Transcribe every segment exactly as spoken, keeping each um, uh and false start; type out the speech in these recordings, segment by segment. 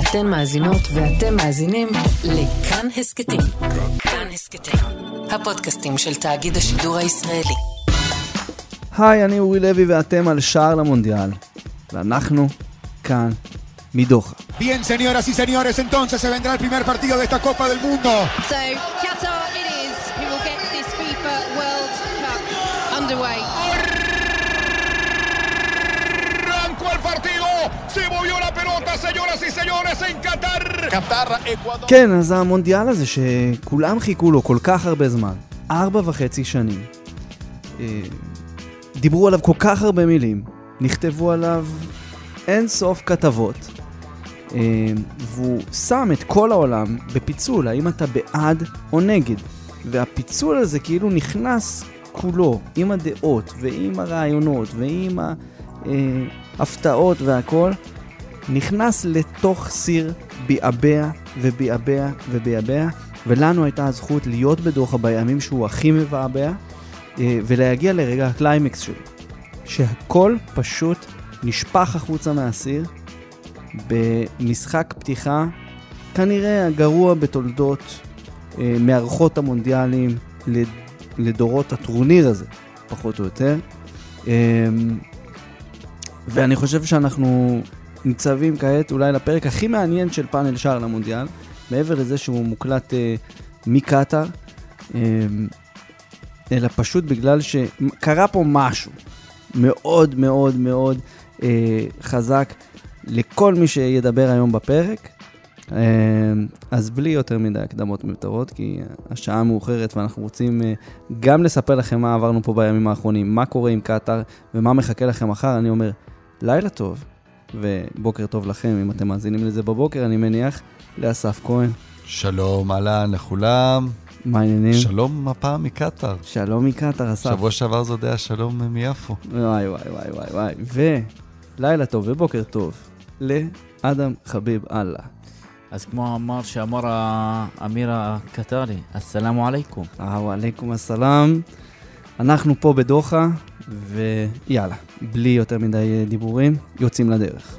אתן מאזינות ואתם מאזינים לכאן הסקטים. כאן הסקטים, הפודקאסטים של תאגיד השידור הישראלי. היי, אני אורי לוי ואתם על שער למונדיאל. ואנחנו כאן מדוחה. Bien, señoras y señores, entonces se vendrá el primer partido de esta Copa del Mundo. So, Qatar it is who will get this FIFA World Cup underway. Arrancó el partido, se movió la pelota, señoras y señores, en Qatar. Qatar, Ecuador. כן, אז המונדיאל הזה שכולם חיכו לו כל כך הרבה זמן, ארבע וחצי שנים, דיברו עליו כל כך הרבה מילים, נכתבו עליו אין סוף כתבות, והוא שם את כל העולם בפיצול, האם אתה בעד או נגד, והפיצול הזה כאילו נכנס כולו, עם הדעות ועם הרעיונות ועם ההפתעות והכל, נכנס לתוך סיר ביעבע וביעבע וביעבע, ולנו הייתה הזכות להיות בדוחה בימים שהוא הכי מבעבע, ולהגיע לרגע הקליימקס שלו, שהכל פשוט נשפך החוצה מהסיר, במשחק פתיחה, כנראה הגרוע בתולדות אה, מערכות המונדיאלים לדורות הטורניר הזה, פחות או יותר. אה, ואני חושב שאנחנו ניצבים כעת אולי לפרק הכי מעניין של פאנל שער למונדיאל, מעבר לזה שהוא מוקלט אה, מקטר, אה, אלא פשוט בגלל שקרה פה משהו מאוד מאוד מאוד אה, חזק לכל מי שידבר היום בפרק. אה, אז בלי יותר מדי הקדמות מיותרות, כי השעה מאוחרת ואנחנו רוצים אה, גם לספר לכם מה עברנו פה בימים האחרונים, מה קורה עם קטר ומה מחכה לכם מחר. אני אומר לילה טוב ובוקר טוב לכם אם אתם מאזינים לזה בבוקר, אני מניח. לאסף כהן, שלום, אהלן לכולם. מה העניינים? שלום הפעם מקטר. שלום מקטר, אסף. שבוע שעבר זה יודע שלום מיפו. וואי וואי וואי וואי וואי. ולילה טוב ובוקר טוב לאדם חביב אללה. אז כמו אמר שאמר האמיר הקטרי, הסלאמו עליכום. ועליכום הסלאם. אנחנו פה בדוחה, ויאללה, בלי יותר מדי דיבורים, יוצאים לדרך.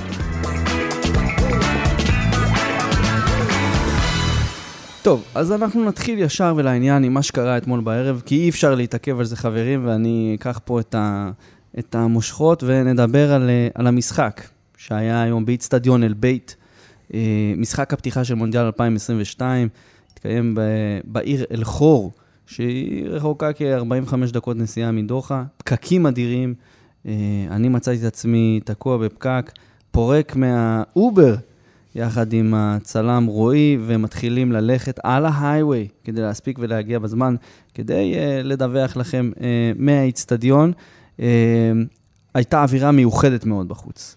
טוב, אז אנחנו נתחיל ישר ולעניין עם מה שקרה אתמול בערב, כי אי אפשר להתעכב על זה חברים, ואני אקח פה את, ה, את המושכות ונדבר על, על המשחק שהיה היום באצטדיון אל בית, משחק הפתיחה של מונדיאל אלפיים עשרים ושתיים, התקיים ב, בעיר אל חור, שהיא רחוקה כ-ארבעים וחמש דקות נסיעה מדוחה, פקקים אדירים, אני מצאתי את עצמי תקוע בפקק, פורק מהאובר, יחד עם הצלם רועי, ומתחילים ללכת על ההייווי, כדי להספיק ולהגיע בזמן, כדי uh, לדווח לכם uh, מהאצטדיון. Uh, הייתה אווירה מיוחדת מאוד בחוץ.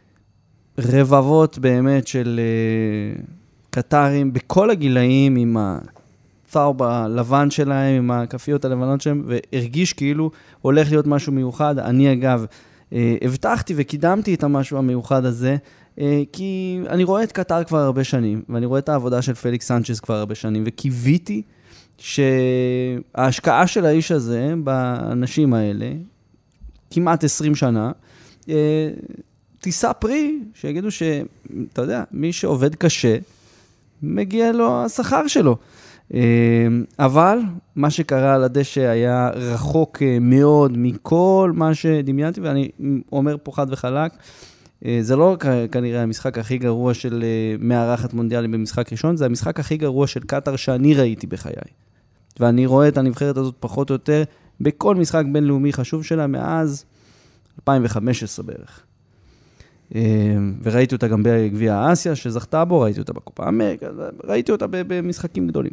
רבבות באמת של uh, קטרים, בכל הגילאים, עם הצהוב הלבן שלהם, עם הכפיות הלבנות שלהם, והרגיש כאילו הולך להיות משהו מיוחד. אני אגב, uh, הבטחתי וקידמתי את המשהו המיוחד הזה, כי אני רואה את קטר כבר הרבה שנים, ואני רואה את העבודה של פליקס סנצ'ז כבר הרבה שנים, וקיוויתי שההשקעה של האיש הזה, באנשים האלה, כמעט עשרים שנה, תישא פרי, שיגידו שאתה יודע, מי שעובד קשה, מגיע לו השכר שלו. אבל מה שקרה על הדשא היה רחוק מאוד מכל מה שדמיינתי, ואני אומר פה חד וחלק, זה לא כנראה המשחק הכי גרוע של מארחת מונדיאלים במשחק ראשון, זה המשחק הכי גרוע של קטר שאני ראיתי בחיי. ואני רואה את הנבחרת הזאת פחות או יותר בכל משחק בינלאומי חשוב שלה מאז אלפיים וחמש עשרה בערך. וראיתי אותה גם בגביע האסיה שזכתה בו, ראיתי אותה בקופה אמריקה, ראיתי אותה במשחקים גדולים.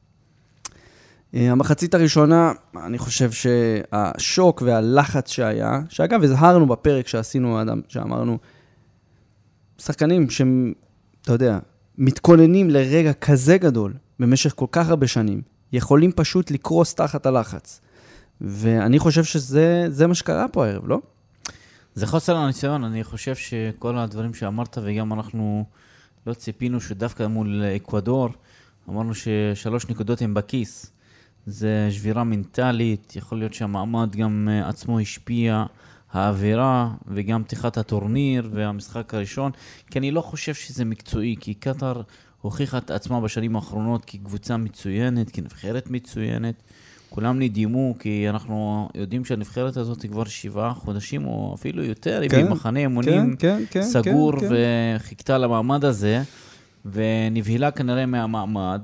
המחצית הראשונה, אני חושב שהשוק והלחץ שהיה, שאגב הזהרנו בפרק שעשינו אדם, שאמרנו, שחקנים שהם, אתה יודע, מתכוננים לרגע כזה גדול, במשך כל כך הרבה שנים, יכולים פשוט לקרוס תחת הלחץ. ואני חושב שזה זה מה שקרה פה הערב, לא? זה חוסר הניסיון, אני חושב שכל הדברים שאמרת, וגם אנחנו לא ציפינו שדווקא מול אקוודור, אמרנו ששלוש נקודות הם בכיס. זה שבירה מנטלית, יכול להיות שהמעמד גם עצמו השפיע, האווירה וגם פתיחת הטורניר והמשחק הראשון, כי אני לא חושב שזה מקצועי, כי קטר הוכיחה את עצמה בשנים האחרונות כקבוצה מצוינת, כנבחרת מצוינת. כולם נדהימו, כי אנחנו יודעים שהנבחרת הזאת כבר שבעה חודשים או אפילו יותר, כן, היא במחנה אימונים כן, כן, סגור כן, כן. וחיכתה למעמד הזה, ונבהילה כנראה מהמעמד.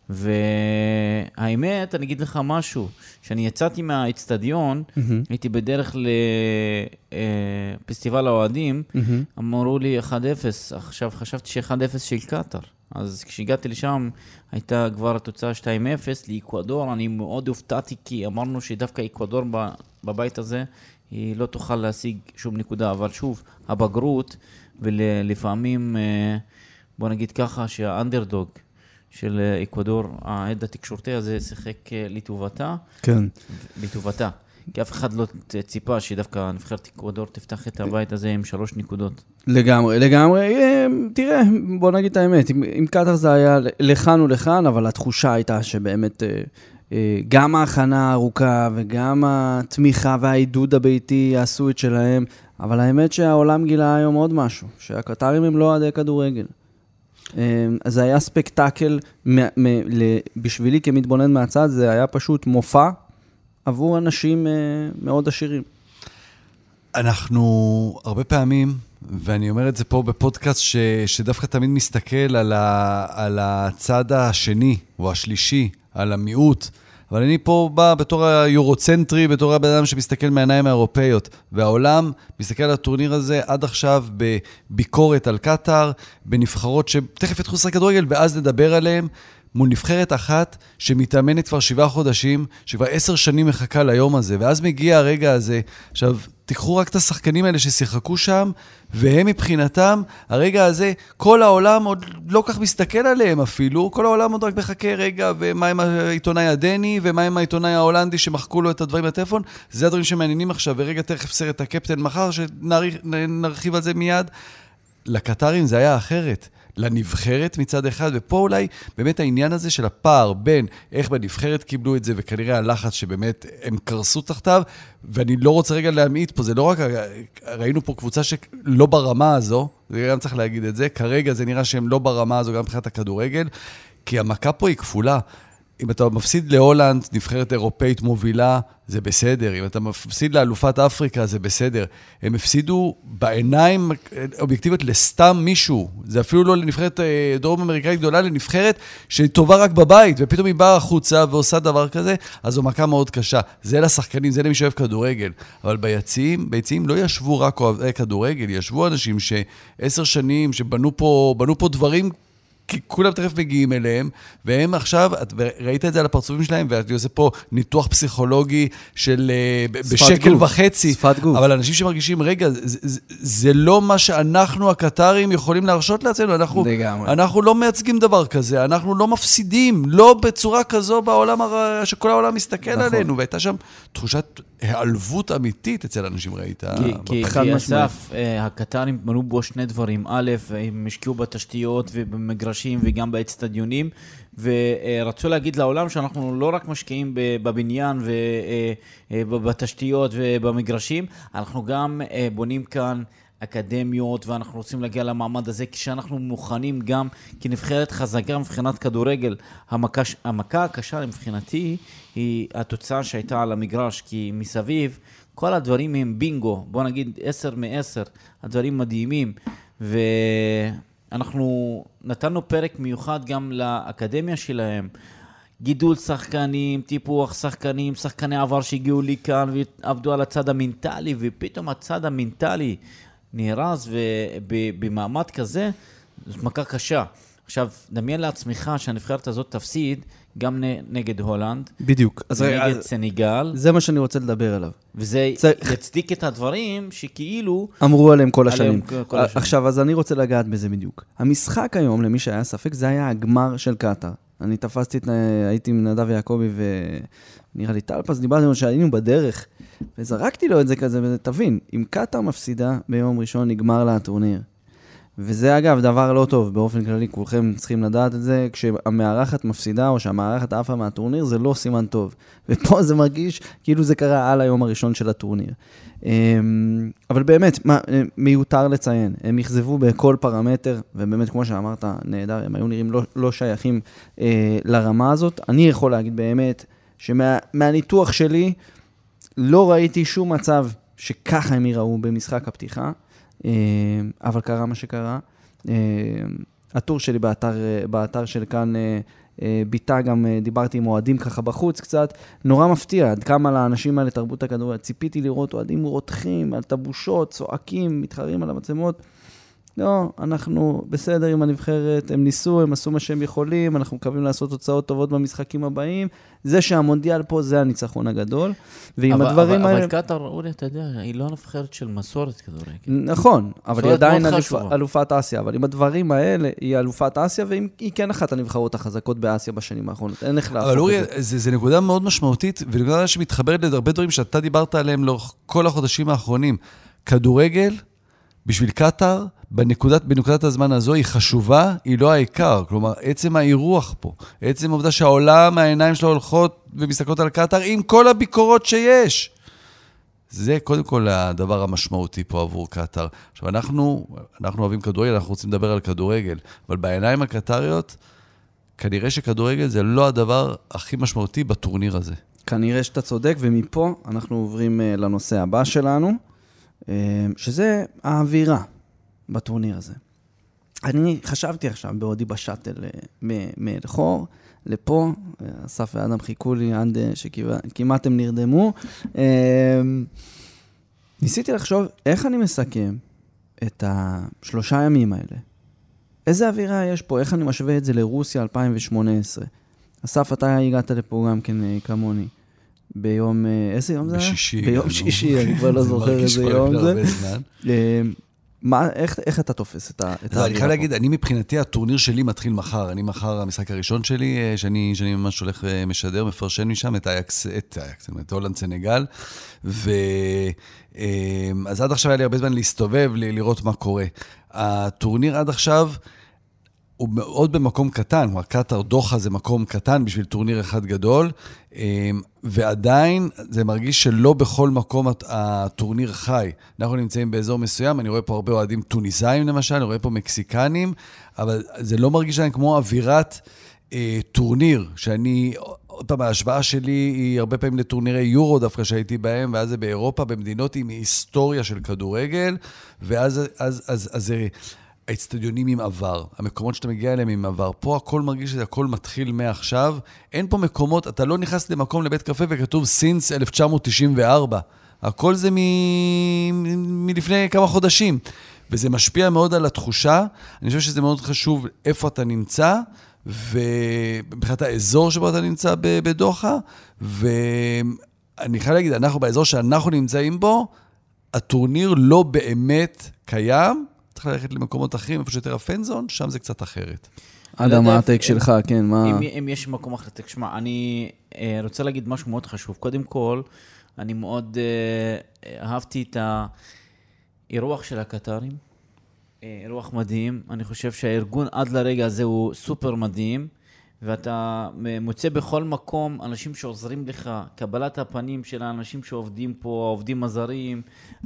והאמת, אני אגיד לך משהו, שאני יצאתי מהאצטדיון, הייתי בדרך לפסטיבל האוהדים, אמרו לי אחד אפס, עכשיו חשבתי ש-אחד אפס של קטר. אז כשהגעתי לשם, הייתה כבר התוצאה שתיים אפס לאקוודור. אני מאוד הופתעתי, כי אמרנו שדווקא אקוודור בבית הזה, היא לא תוכל להשיג שום נקודה. אבל שוב, הבגרות, ולפעמים, בוא נגיד ככה, שהאנדרדוג של אקוודור, העד התקשורתי הזה, שיחק לטובתה. כן. לטובתה. כי אף אחד לא ציפה שדווקא נבחרת אקוודור תפתח את הבית הזה עם שלוש נקודות. לגמרי, לגמרי. תראה, בוא נגיד את האמת, עם קטר זה היה לכאן ולכאן, אבל התחושה הייתה שבאמת גם ההכנה הארוכה וגם התמיכה והעידוד הביתי עשו את שלהם, אבל האמת שהעולם גילה היום עוד משהו, שהקטרים הם לא עדי כדורגל. אז זה היה ספקטקל, בשבילי כמתבונן מהצד, זה היה פשוט מופע, עבור אנשים מאוד עשירים. אנחנו הרבה פעמים, ואני אומר את זה פה בפודקאסט, ש, שדווקא תמיד מסתכל על, ה, על הצד השני, או השלישי, על המיעוט, אבל אני פה בא בתור היורוצנטרי, בתור הבן אדם שמסתכל מהעיניים האירופאיות, והעולם מסתכל על הטורניר הזה עד עכשיו בביקורת על קטר, בנבחרות שתכף יתחו לשחק כדורגל, ואז נדבר עליהם, מול נבחרת אחת שמתאמנת כבר שבעה חודשים, שכבר עשר שנים מחכה ליום הזה, ואז מגיע הרגע הזה. עכשיו, תיקחו רק את השחקנים האלה ששיחקו שם, והם מבחינתם, הרגע הזה, כל העולם עוד לא כך מסתכל עליהם אפילו, כל העולם עוד רק מחכה רגע, ומה עם העיתונאי הדני, ומה עם העיתונאי ההולנדי שמחקו לו את הדברים לטלפון, זה הדברים שמעניינים עכשיו, ורגע תכף סרט הקפטן מחר, שנרחיב על זה מיד. לקטרים זה היה אחרת. לנבחרת מצד אחד, ופה אולי באמת העניין הזה של הפער בין איך בנבחרת קיבלו את זה, וכנראה הלחץ שבאמת הם קרסו תחתיו, ואני לא רוצה רגע להמעיט פה, זה לא רק, ראינו פה קבוצה שלא ברמה הזו, זה גם צריך להגיד את זה, כרגע זה נראה שהם לא ברמה הזו, גם מבחינת הכדורגל, כי המכה פה היא כפולה. אם אתה מפסיד להולנד, נבחרת אירופאית מובילה, זה בסדר. אם אתה מפסיד לאלופת אפריקה, זה בסדר. הם הפסידו בעיניים אובייקטיביות לסתם מישהו. זה אפילו לא לנבחרת דרום אמריקאית גדולה, לנבחרת שהיא טובה רק בבית, ופתאום היא באה החוצה ועושה דבר כזה, אז זו מכה מאוד קשה. זה לשחקנים, זה למי שאוהב כדורגל. אבל ביציעים, ביציעים לא ישבו רק אוהבי כדורגל, ישבו אנשים שעשר שנים, שבנו פה, בנו פה דברים כי כולם תכף מגיעים אליהם, והם עכשיו, ראית את זה על הפרצופים שלהם, ואני עושה פה ניתוח פסיכולוגי של בשקל גוף, וחצי, שפת גוף. אבל אנשים שמרגישים, רגע, זה, זה, זה לא מה שאנחנו הקטרים יכולים להרשות לעצמנו, אנחנו, אנחנו לא מייצגים דבר כזה, אנחנו לא מפסידים, לא בצורה כזו בעולם הר... שכל העולם מסתכל נכון. עלינו, והייתה שם תחושת העלבות אמיתית אצל אנשים, ראית? כי, כי אסף, הקטרים מנו בו שני דברים, א', הם השקיעו בתשתיות ובמגרשים, וגם באצטדיונים, ורצו להגיד לעולם שאנחנו לא רק משקיעים בבניין ובתשתיות ובמגרשים, אנחנו גם בונים כאן אקדמיות, ואנחנו רוצים להגיע למעמד הזה, כשאנחנו מוכנים גם כנבחרת חזקה מבחינת כדורגל. המכה, המכה הקשה מבחינתי היא התוצאה שהייתה על המגרש, כי מסביב כל הדברים הם בינגו, בוא נגיד עשר מעשר, הדברים מדהימים, ו... אנחנו נתנו פרק מיוחד גם לאקדמיה שלהם, גידול שחקנים, טיפוח שחקנים, שחקני עבר שהגיעו לי כאן ועבדו על הצד המנטלי, ופתאום הצד המנטלי נהרס, ובמעמד כזה, זאת מכה קשה. עכשיו, דמיין לעצמך שהנבחרת הזאת תפסיד גם נגד הולנד. בדיוק. ונגד סניגל. זה מה שאני רוצה לדבר עליו. וזה יצדיק את הדברים שכאילו... אמרו עליהם כל השנים. עכשיו, אז אני רוצה לגעת בזה בדיוק. המשחק היום, למי שהיה ספק, זה היה הגמר של קטר. אני תפסתי, הייתי עם נדב יעקבי ונראה לי טלפס, דיברתי לנו שהיינו בדרך, וזרקתי לו את זה כזה, ותבין, אם קטר מפסידה ביום ראשון נגמר לה הטורניר. וזה אגב דבר לא טוב, באופן כללי כולכם צריכים לדעת את זה, כשהמארחת מפסידה או שהמארחת עפה מהטורניר, זה לא סימן טוב. ופה זה מרגיש כאילו זה קרה על היום הראשון של הטורניר. אבל באמת, מה, מיותר לציין, הם יחזבו בכל פרמטר, ובאמת כמו שאמרת, נהדר, הם היו נראים לא, לא שייכים אה, לרמה הזאת. אני יכול להגיד באמת, שמהניתוח שלי, לא ראיתי שום מצב שככה הם יראו במשחק הפתיחה, אבל קרה מה שקרה. הטור שלי באתר, באתר של כאן ביטה, גם דיברתי עם אוהדים ככה בחוץ קצת, נורא מפתיע, עד כמה לאנשים האלה תרבות הכדורגל, ציפיתי לראות אוהדים רותחים על טבושות, צועקים, מתחרים על המצלמות. לא, אנחנו בסדר עם הנבחרת, הם ניסו, הם עשו מה שהם יכולים, אנחנו מקווים לעשות תוצאות טובות במשחקים הבאים. זה שהמונדיאל פה זה הניצחון הגדול. ועם אבל, הדברים אבל, האלה... אבל קטר, אולי, אתה יודע, היא לא נבחרת של מסורת כדורגל. נכון, אבל היא עדיין אלופ, חשובה. אלופת אסיה, אבל עם הדברים האלה היא אלופת אסיה, והיא כן אחת הנבחרות החזקות באסיה בשנים האחרונות. אין איך להפוך אבל אורי, את זה. זה, זה נקודה מאוד משמעותית, ונקודה שמתחברת להרבה דברים שאתה דיברת עליהם לאורך כל החודשים האחרונים. כדורגל, בשביל קטר, בנקודת, בנקודת הזמן הזו היא חשובה, היא לא העיקר. כלומר, עצם האירוח פה, עצם העובדה שהעולם, העיניים שלו הולכות ומסתכלות על קטר, עם כל הביקורות שיש. זה קודם כל הדבר המשמעותי פה עבור קטר. עכשיו, אנחנו, אנחנו אוהבים כדורגל, אנחנו רוצים לדבר על כדורגל, אבל בעיניים הקטריות, כנראה שכדורגל זה לא הדבר הכי משמעותי בטורניר הזה. כנראה שאתה צודק, ומפה אנחנו עוברים לנושא הבא שלנו, שזה האווירה בטורניר הזה. אני חשבתי עכשיו בעודי בשאטל מלחור לפה, אסף ואדם חיכו לי עד שכמעט הם נרדמו. ניסיתי לחשוב איך אני מסכם את השלושה ימים האלה. איזה אווירה יש פה? איך אני משווה את זה לרוסיה אלפיים שמונה עשרה? אסף, אתה הגעת לפה גם כן כמוני. ביום, איזה יום זה היה? בשישי. ביום שישי, אני כבר לא זוכר איזה יום זה. מה, איך, איך אתה תופס את האווירה? אני חייב להגיד, אני מבחינתי, הטורניר שלי מתחיל מחר. אני מחר, המשחק הראשון שלי, שאני, שאני ממש הולך משדר, מפרשן משם, את אייקס, את אייקס, את הולנד סנגל. ו... אז עד עכשיו היה לי הרבה זמן להסתובב, לראות מה קורה. הטורניר עד עכשיו, הוא מאוד במקום קטן, קטר דוחה זה מקום קטן בשביל טורניר אחד גדול, ועדיין זה מרגיש שלא בכל מקום הטורניר חי. אנחנו נמצאים באזור מסוים, אני רואה פה הרבה אוהדים טוניסאים למשל, אני רואה פה מקסיקנים, אבל זה לא מרגיש להם כמו אווירת אה, טורניר, שאני, עוד פעם, ההשוואה שלי היא הרבה פעמים לטורנירי יורו דווקא שהייתי בהם, ואז זה באירופה, במדינות עם היסטוריה של כדורגל, ואז אז, אז, אז, אז זה... האצטדיונים עם עבר, המקומות שאתה מגיע אליהם עם עבר. פה הכל מרגיש שזה הכל מתחיל מעכשיו. אין פה מקומות, אתה לא נכנס למקום לבית קפה וכתוב סינס אלף תשע מאות תשעים וארבע. הכל זה מ... מלפני כמה חודשים. וזה משפיע מאוד על התחושה. אני חושב שזה מאוד חשוב איפה אתה נמצא, ובבחינת האזור שבו אתה נמצא בדוחה. ואני חייב להגיד, אנחנו באזור שאנחנו נמצאים בו, הטורניר לא באמת קיים, צריך ללכת למקומות אחרים, איפה שיותר הפנזון, שם זה קצת אחרת. אדם, מה הטייק שלך? כן, מה... אם יש מקום אחר, תשמע, אני רוצה להגיד משהו מאוד חשוב. קודם כל, אני מאוד אהבתי את האירוח של הקטרים, אירוח מדהים. אני חושב שהארגון עד לרגע הזה הוא סופר מדהים, ואתה מוצא בכל מקום אנשים שעוזרים לך, קבלת הפנים של האנשים שעובדים פה, העובדים הזרים,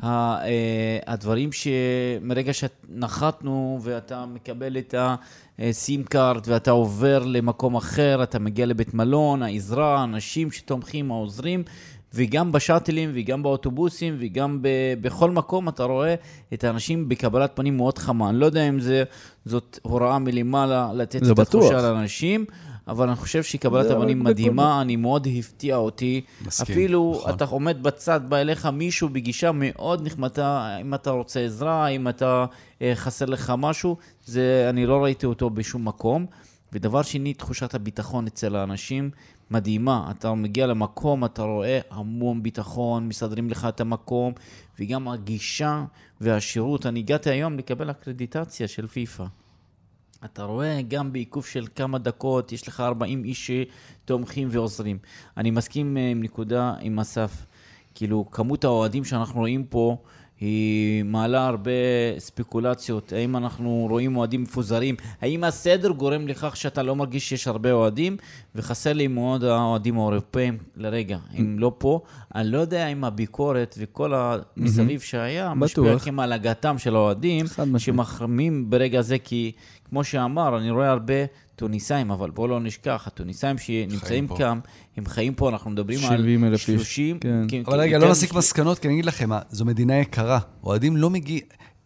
הדברים שמרגע שנחתנו ואתה מקבל את הסים קארד ואתה עובר למקום אחר, אתה מגיע לבית מלון, העזרה, האנשים שתומכים, העוזרים, וגם בשאטלים וגם באוטובוסים וגם ב- בכל מקום אתה רואה את האנשים בקבלת פנים מאוד חמה. אני לא יודע אם זה, זאת הוראה מלמעלה לתת את התחושה לאנשים, אבל אני חושב שקבלת הפנים מדהימה, אני מאוד הפתיע אותי. מסכים, אפילו נכון. אתה עומד בצד, בא אליך מישהו בגישה מאוד נחמדה, אם אתה רוצה עזרה, אם אתה אה, חסר לך משהו, זה, אני לא ראיתי אותו בשום מקום. ודבר שני, תחושת הביטחון אצל האנשים מדהימה. אתה מגיע למקום, אתה רואה המון ביטחון, מסדרים לך את המקום, וגם הגישה והשירות. אני הגעתי היום לקבל הקרדיטציה של פיפה. אתה רואה גם בעיקוף של כמה דקות, יש לך ארבעים איש שתומכים ועוזרים. אני מסכים עם נקודה עם אסף. כאילו, כמות האוהדים שאנחנו רואים פה, היא מעלה הרבה ספקולציות, האם אנחנו רואים אוהדים מפוזרים, האם הסדר גורם לכך שאתה לא מרגיש שיש הרבה אוהדים, וחסר לי מאוד האוהדים האירופאים לרגע, אם לא פה, אני לא יודע אם הביקורת וכל המסביב שהיה, משפיע כמה על הגעתם של האוהדים, שמחרמים ברגע זה, כי כמו שאמר, אני רואה הרבה טוניסאים, אבל בואו לא נשכח, הטוניסאים שנמצאים כאן, הם חיים פה, אנחנו מדברים על שלושים. אבל רגע, לא נסיק מסקנות, כי אני אגיד לכם, זו מדינה יקרה. אוהדים לא מגיע...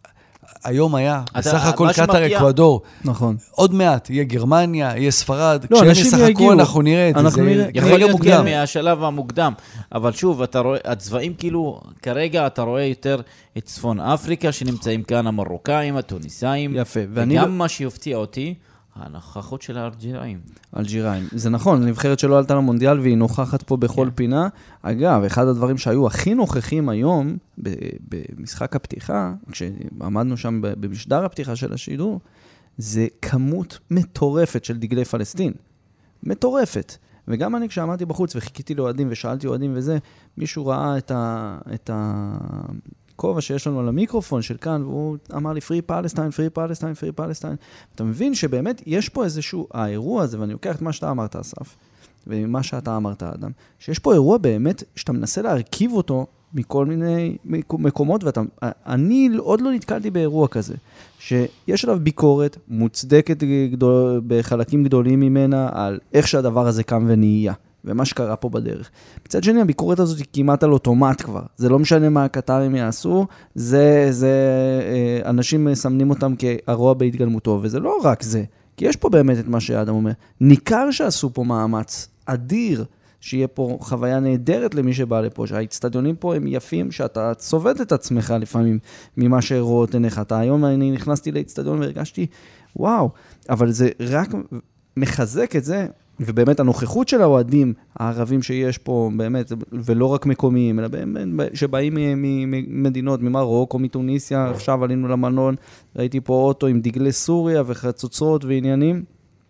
היום היה, בסך הכל קטר, אקוודור. נכון. עוד מעט, יהיה גרמניה, יהיה ספרד. כשהם ישחקו, אנחנו נראה את זה. יכול להיות גם מהשלב המוקדם. אבל שוב, הצבעים כאילו, כרגע אתה רואה יותר את צפון אפריקה, שנמצאים כאן המרוקאים, הטוניסאים. יפה. וגם מה שיופתיע אותי, הנוכחות של האלג'יראים. אלג'יראים. זה נכון, הנבחרת שלא עלתה למונדיאל והיא נוכחת פה בכל פינה. אגב, אחד הדברים שהיו הכי נוכחים היום במשחק הפתיחה, כשעמדנו שם במשדר הפתיחה של השידור, זה כמות מטורפת של דגלי פלסטין. מטורפת. וגם אני כשעמדתי בחוץ וחיכיתי לאוהדים ושאלתי אוהדים וזה, מישהו ראה את ה... את ה... כובע שיש לנו על המיקרופון של כאן, והוא אמר לי, Free Palestine, Free Palestine, Free Palestine. אתה מבין שבאמת יש פה איזשהו, האירוע הזה, ואני לוקח את מה שאתה אמרת, אסף, ומה שאתה אמרת, אדם, שיש פה אירוע באמת, שאתה מנסה להרכיב אותו מכל מיני מקומות, ואני עוד לא נתקלתי באירוע כזה, שיש עליו ביקורת מוצדקת גדול, בחלקים גדולים ממנה, על איך שהדבר הזה קם ונהיה. ומה שקרה פה בדרך. מצד שני, הביקורת הזאת היא כמעט על אוטומט כבר. זה לא משנה מה הקטרים יעשו, זה, זה, אנשים מסמנים אותם כאירוע בהתגלמותו, וזה לא רק זה, כי יש פה באמת את מה שאדם אומר. ניכר שעשו פה מאמץ אדיר, שיהיה פה חוויה נהדרת למי שבא לפה, שהאצטדיונים פה הם יפים, שאתה צובט את עצמך לפעמים ממה שרואות עיניך. אתה היום אני נכנסתי לאצטדיון והרגשתי, וואו, אבל זה רק מחזק את זה, ובאמת הנוכחות של האוהדים הערבים שיש פה, באמת, ולא רק מקומיים, אלא באמת שבאים ממדינות, ממרוקו, מתוניסיה, עכשיו עלינו למלון, ראיתי פה אוטו עם דגלי סוריה וחצוצות ועניינים,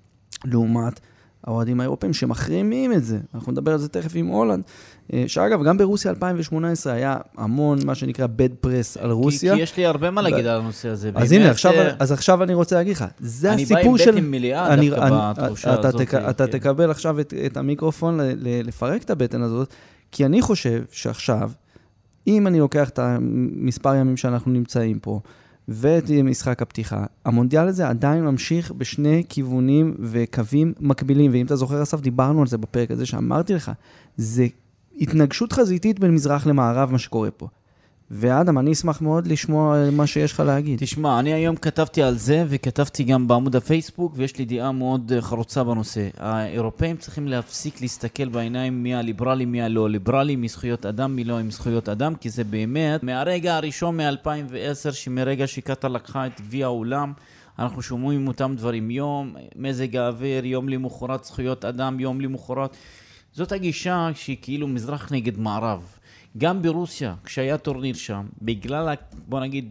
לעומת האוהדים האירופאים שמחרימים את זה. אנחנו נדבר על זה תכף עם הולנד, שאגב, גם ברוסיה אלפיים שמונה עשרה היה המון, מה שנקרא, bad press על רוסיה. כי יש לי הרבה מה להגיד על הנושא הזה. אז הנה, אז עכשיו אני רוצה להגיד לך, זה הסיפור של... אני בא עם בטן מלאה דווקא בתחושה הזאת. אתה תקבל עכשיו את המיקרופון לפרק את הבטן הזאת, כי אני חושב שעכשיו, אם אני לוקח את המספר ימים שאנחנו נמצאים פה, ואת משחק הפתיחה, המונדיאל הזה עדיין ממשיך בשני כיוונים וקווים מקבילים, ואם אתה זוכר, אסף, דיברנו על זה בפרק הזה שאמרתי לך, זה התנגשות חזיתית בין מזרח למערב, מה שקורה פה. ואדם, אני אשמח מאוד לשמוע מה שיש לך להגיד. תשמע, אני היום כתבתי על זה, וכתבתי גם בעמוד הפייסבוק, ויש לי דעה מאוד חרוצה בנושא. האירופאים צריכים להפסיק להסתכל בעיניים מי הליברלי, מי הלא ליברלי, מזכויות אדם, מי לא עם זכויות אדם, כי זה באמת, מהרגע הראשון מ-אלפיים ועשר, שמרגע שקטר לקחה את גביע העולם, אנחנו שומעים אותם דברים, יום, מזג האוויר, יום למחרת זכויות אדם, יום למחרת. זאת הגישה שהיא כאילו מזרח נגד מערב. גם ברוסיה, כשהיה טורניר שם, בגלל, בוא נגיד,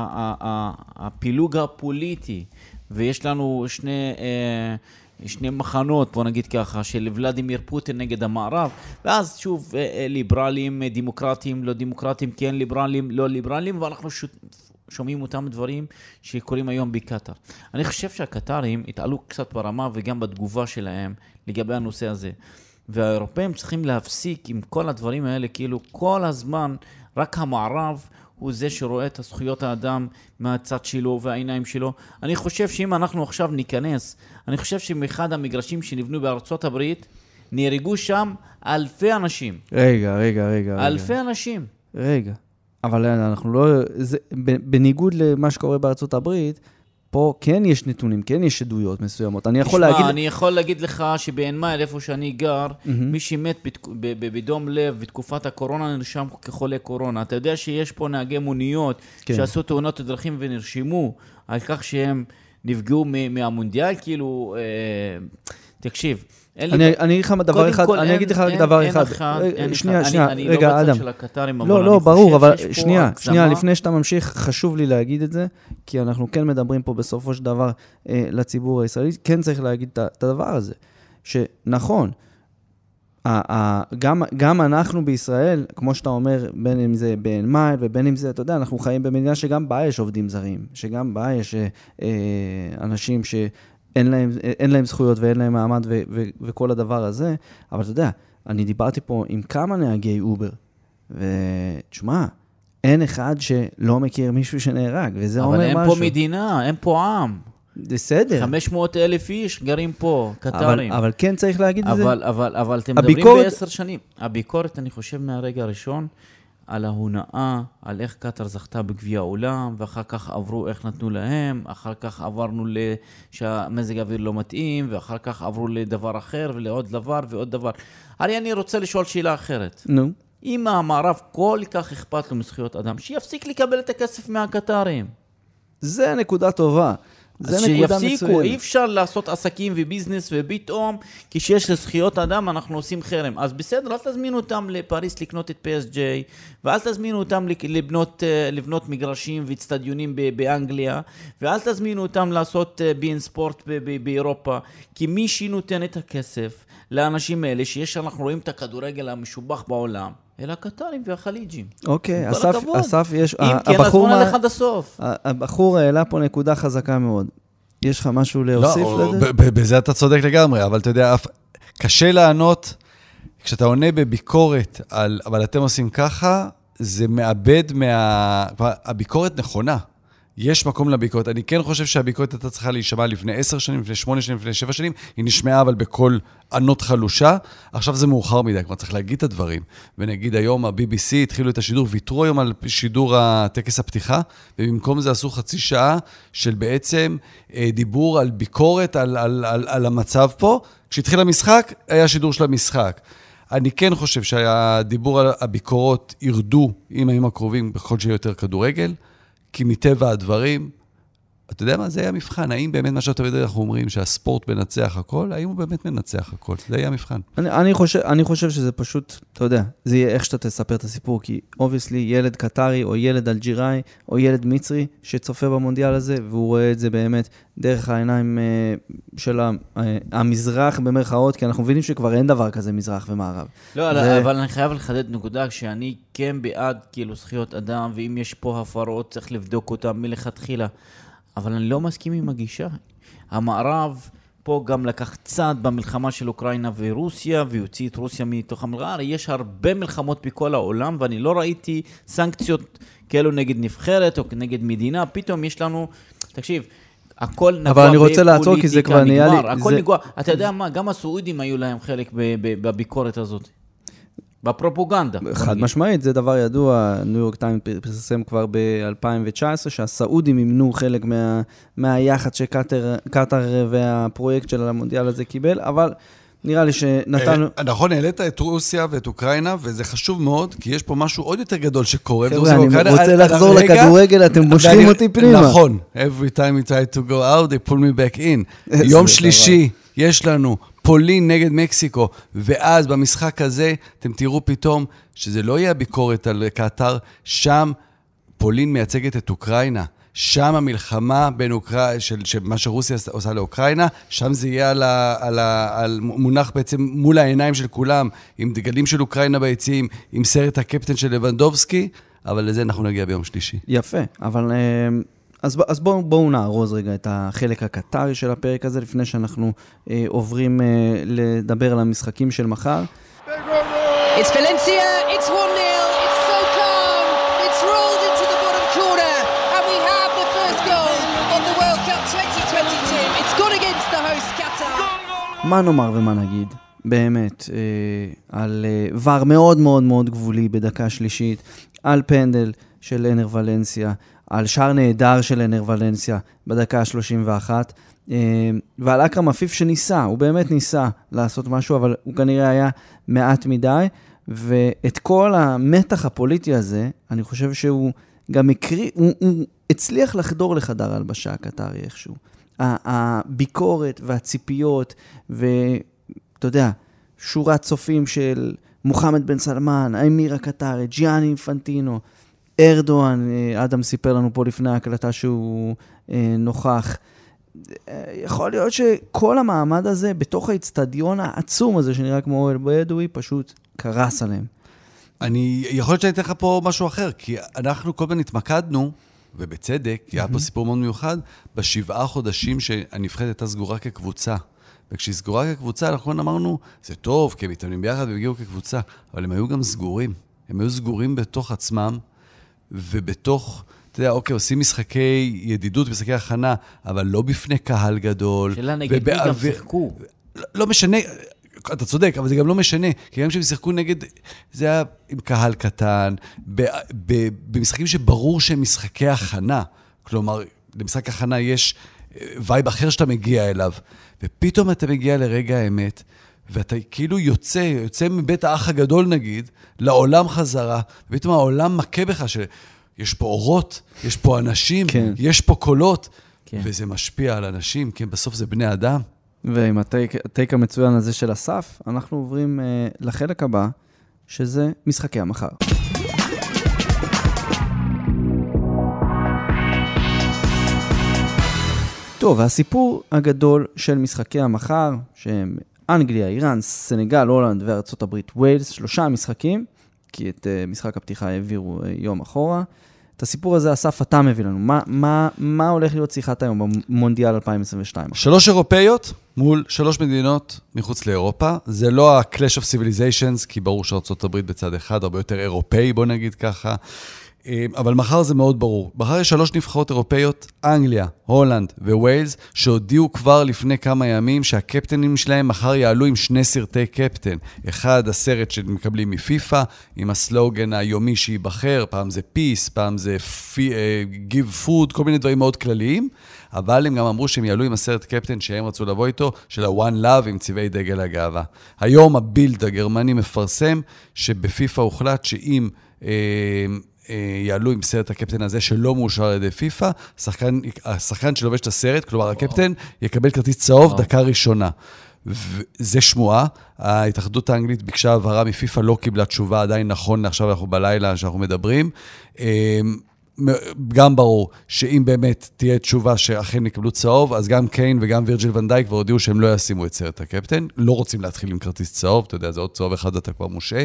הפילוג הפוליטי, ויש לנו שני, שני מחנות, בוא נגיד ככה, של ולדימיר פוטין נגד המערב, ואז שוב, ליברלים, דמוקרטים, לא דמוקרטים, כן ליברלים, לא ליברלים, ואנחנו שומעים אותם דברים שקורים היום בקטר. אני חושב שהקטרים התעלו קצת ברמה וגם בתגובה שלהם לגבי הנושא הזה. והאירופאים צריכים להפסיק עם כל הדברים האלה, כאילו כל הזמן רק המערב הוא זה שרואה את הזכויות האדם מהצד שלו והעיניים שלו. אני חושב שאם אנחנו עכשיו ניכנס, אני חושב שמאחד המגרשים שנבנו בארצות הברית, נהרגו שם אלפי אנשים. רגע, רגע, רגע. אלפי רגע. אנשים. רגע. אבל אנחנו לא... זה, בניגוד למה שקורה בארצות הברית, פה כן יש נתונים, כן יש עדויות מסוימות. אני יכול להגיד... אני יכול להגיד לך שבעין מאל, איפה שאני גר, מי שמת בדום לב בתקופת הקורונה נרשם כחולה קורונה. אתה יודע שיש פה נהגי מוניות שעשו תאונות דרכים ונרשמו על כך שהם נפגעו מהמונדיאל, כאילו... תקשיב, אני אגיד לך רק דבר אחד. שנייה, שנייה, רגע, אדם. לא, לא, ברור, אבל שנייה, שנייה, לפני שאתה ממשיך, חשוב לי להגיד את זה, כי אנחנו כן מדברים פה בסופו של דבר לציבור הישראלי, כן צריך להגיד את הדבר הזה, שנכון, גם, גם אנחנו בישראל, כמו שאתה אומר, בין אם זה בין מייל ובין אם זה, אתה יודע, אנחנו חיים במדינה שגם בה יש עובדים זרים, שגם בה יש אה, אנשים שאין להם, אין להם זכויות ואין להם מעמד ו, ו, וכל הדבר הזה, אבל אתה יודע, אני דיברתי פה עם כמה נהגי אובר, ותשמע, אין אחד שלא מכיר מישהו שנהרג, וזה אומר משהו. אבל אין פה מדינה, אין פה עם. בסדר. חמש מאות אלף איש גרים פה, קטרים. אבל, אבל כן צריך להגיד את זה. אבל, אבל, אבל אתם מדברים בעשר שנים. הביקורת, אני חושב, מהרגע הראשון, על ההונאה, על איך קטר זכתה בגביע העולם, ואחר כך עברו איך נתנו להם, אחר כך עברנו שהמזג האוויר לא מתאים, ואחר כך עברו לדבר אחר, ולעוד דבר ועוד דבר. הרי אני רוצה לשאול שאלה אחרת. נו. אם המערב כל כך אכפת לו מזכויות אדם, שיפסיק לקבל את הכסף מהקטרים. זה נקודה טובה. אז שיפסיקו, אי אפשר לעשות עסקים וביזנס ופתאום כשיש לזכויות אדם אנחנו עושים חרם. אז בסדר, אל תזמינו אותם לפריס לקנות את פי אס ג'יי, ואל תזמינו אותם לבנות, לבנות מגרשים ואצטדיונים באנגליה, ואל תזמינו אותם לעשות בין ספורט באירופה, כי מי שנותן את הכסף לאנשים האלה שיש, אנחנו רואים את הכדורגל המשובח בעולם, אלא הקטרים והחליג'ים. אוקיי, אסף, אסף יש... אם כן, אז בוא נלך עד הסוף. הבחור העלה פה נקודה חזקה מאוד. יש לך משהו להוסיף לזה? בזה אתה צודק לגמרי, אבל אתה יודע, קשה לענות, כשאתה עונה בביקורת, אבל אתם עושים ככה, זה מאבד מה... הביקורת נכונה. יש מקום לביקורת. אני כן חושב שהביקורת הייתה צריכה להישמע לפני עשר שנים, לפני שמונה שנים, לפני שבע שנים. היא נשמעה אבל בכל ענות חלושה. עכשיו זה מאוחר מדי, כבר צריך להגיד את הדברים. ונגיד היום ה-בי בי סי התחילו את השידור, ויתרו היום על שידור הטקס הפתיחה, ובמקום זה עשו חצי שעה של בעצם דיבור על ביקורת, על, על, על, על המצב פה. כשהתחיל המשחק, היה שידור של המשחק. אני כן חושב שהדיבור על הביקורות ירדו עם הימים הקרובים בכל שיהיה יותר כדורגל. כי מטבע הדברים, אתה יודע מה, זה היה מבחן. האם באמת מה שאתה יודע, אנחנו אומרים שהספורט מנצח הכל, האם הוא באמת מנצח הכל? זה היה מבחן. אני, אני, חושב, אני חושב שזה פשוט, אתה יודע, זה יהיה איך שאתה תספר את הסיפור, כי obviously ילד קטרי או ילד אלג'יראי או ילד מצרי שצופה במונדיאל הזה, והוא רואה את זה באמת דרך העיניים של המזרח במרכאות, כי אנחנו מבינים שכבר אין דבר כזה מזרח ומערב. לא, ו... אבל אני חייב לחדד נקודה, שאני כן בעד כאילו זכויות אדם, ואם יש פה הפרות צריך לבדוק אותם מלכתחילה. אבל אני לא מסכים עם הגישה. המערב פה גם לקח צד במלחמה של אוקראינה ורוסיה, ויוציא את רוסיה מתוך המלחמה. יש הרבה מלחמות בכל העולם, ואני לא ראיתי סנקציות כאלו נגד נבחרת או נגד מדינה. פתאום יש לנו, תקשיב, הכל נגוע בפוליטיקה, אבל אני רוצה לעצור, כי זה כבר נהיה לי... הכל נגוע. אתה יודע מה, גם הסעודים היו להם חלק בביקורת הזאת. בפרופוגנדה. חד משמעית, זה דבר ידוע, ניו יורק טיימס פרסם כבר ב-אלפיים תשע עשרה, שהסעודים ימנו חלק מה, מהיחד שקטר והפרויקט של המונדיאל הזה קיבל, אבל נראה לי שנתנו... נכון, העלית את רוסיה ואת אוקראינה, וזה חשוב מאוד, כי יש פה משהו עוד יותר גדול שקורה. חבר'ה, אני רוצה לחזור לכדורגל, אתם מושכים אותי פנימה. נכון, every time you try to go out, they pull me back in. יום שלישי, יש לנו פולין נגד מקסיקו, ואז במשחק הזה, אתם תראו פתאום שזה לא יהיה ביקורת על קטר, שם פולין מייצגת את אוקראינה. שם המלחמה בין אוקראינה, של, של מה שרוסיה עושה לאוקראינה, שם זה יהיה על, ה, על, ה, על מונח בעצם מול העיניים של כולם, עם דגלים של אוקראינה ביציעים, עם סרט הקפטן של לבנדובסקי, אבל לזה אנחנו נגיע ביום שלישי. יפה, אבל אז, אז בואו בוא נערוז רגע את החלק הקטרי של הפרק הזה, לפני שאנחנו אה, עוברים אה, לדבר על המשחקים של מחר. It's Valencia, it's one nil, it's so calm, it's rolled into the bottom corner, and we have the first goal of the World Cup twenty twenty-two. It's gone against the host Qatar. מה נאמר ומה נגיד? באמת, אה, על אה, ור מאוד מאוד מאוד גבולי בדקה שלישית, על פנדל של אנר ולנסיה, על שער נהדר של אנר ולנסיה בדקה ה-שלושים ואחת, ועל אקרם אפיף שניסה, הוא באמת ניסה לעשות משהו, אבל הוא כנראה היה מעט מדי, ואת כל המתח הפוליטי הזה, אני חושב שהוא גם הקריא, הוא, הוא הצליח לחדור לחדר הלבשה הקטרי איכשהו. הביקורת והציפיות, ואתה יודע, שורת צופים של מוחמד בן סלמן, האמיר הקטרי, ג'יאני אינפנטינו, ארדואן, אדם סיפר לנו פה לפני ההקלטה שהוא נוכח, יכול להיות שכל המעמד הזה, בתוך האצטדיון העצום הזה, שנראה כמו אוהל בדואי, פשוט קרס עליהם. אני, יכול להיות שאני אתן לך פה משהו אחר, כי אנחנו כל הזמן התמקדנו, ובצדק, כי היה פה סיפור מאוד מיוחד, בשבעה חודשים שהנבחרת הייתה סגורה כקבוצה. וכשהיא סגורה כקבוצה, אנחנו אמרנו, זה טוב, כי הם מתאמנים ביחד והגיעו כקבוצה, אבל הם היו גם סגורים. הם היו סגורים בתוך עצמם, ובתוך, אתה יודע, אוקיי, עושים משחקי ידידות, משחקי הכנה, אבל לא בפני קהל גדול. שאלה נגד מי גם שיחקו. לא, לא משנה, אתה צודק, אבל זה גם לא משנה, כי גם כשהם שיחקו נגד, זה היה עם קהל קטן, ב, ב, במשחקים שברור שהם משחקי הכנה. כלומר, למשחק הכנה יש וייב אחר שאתה מגיע אליו, ופתאום אתה מגיע לרגע האמת, ואתה כאילו יוצא, יוצא מבית האח הגדול נגיד, לעולם חזרה, ופתאום העולם מכה בך שיש פה אורות, יש פה אנשים, כן. יש פה קולות, כן. וזה משפיע על אנשים, כי בסוף זה בני אדם. ועם הטייק, הטייק המצוין הזה של אסף, אנחנו עוברים אה, לחלק הבא, שזה משחקי המחר. טוב, הסיפור הגדול של משחקי המחר, שהם אנגליה, איראן, סנגל, הולנד וארצות הברית, ווילס, שלושה משחקים, כי את uh, משחק הפתיחה העבירו uh, יום אחורה. את הסיפור הזה, אסף, אתה מביא לנו. מה, מה, מה הולך להיות שיחת היום במונדיאל אלפיים עשרים ושתיים? שלוש אירופאיות מול שלוש מדינות מחוץ לאירופה. זה לא ה-Clash of Civilizations, כי ברור שארצות הברית בצד אחד, הרבה יותר אירופאי, בוא נגיד ככה. אבל מחר זה מאוד ברור. מחר יש שלוש נבחרות אירופאיות, אנגליה, הולנד וווילס, שהודיעו כבר לפני כמה ימים שהקפטנים שלהם מחר יעלו עם שני סרטי קפטן. אחד, הסרט שמקבלים מפיפה, עם הסלוגן היומי שיבחר, פעם זה peace, פעם זה give food, כל מיני דברים מאוד כלליים, אבל הם גם אמרו שהם יעלו עם הסרט קפטן שהם רצו לבוא איתו, של ה-One Love עם צבעי דגל הגאווה. היום הבילד הגרמני מפרסם שבפיפה הוחלט שאם יעלו עם סרט הקפטן הזה שלא מאושר על ידי פיפה, השחקן, השחקן שלובש את הסרט, כלומר הקפטן, יקבל כרטיס צהוב דקה ראשונה. וזה שמועה, ההתאחדות האנגלית ביקשה הבהרה מפיפה, לא קיבלה תשובה עדיין נכון, עכשיו אנחנו בלילה שאנחנו מדברים. גם ברור שאם באמת תהיה תשובה שאכן יקבלו צהוב, אז גם קיין וגם וירג'יל ון דייק כבר הודיעו שהם לא ישימו את סרט הקפטן, לא רוצים להתחיל עם כרטיס צהוב, אתה יודע, זה עוד צהוב אחד אתה כבר מושה.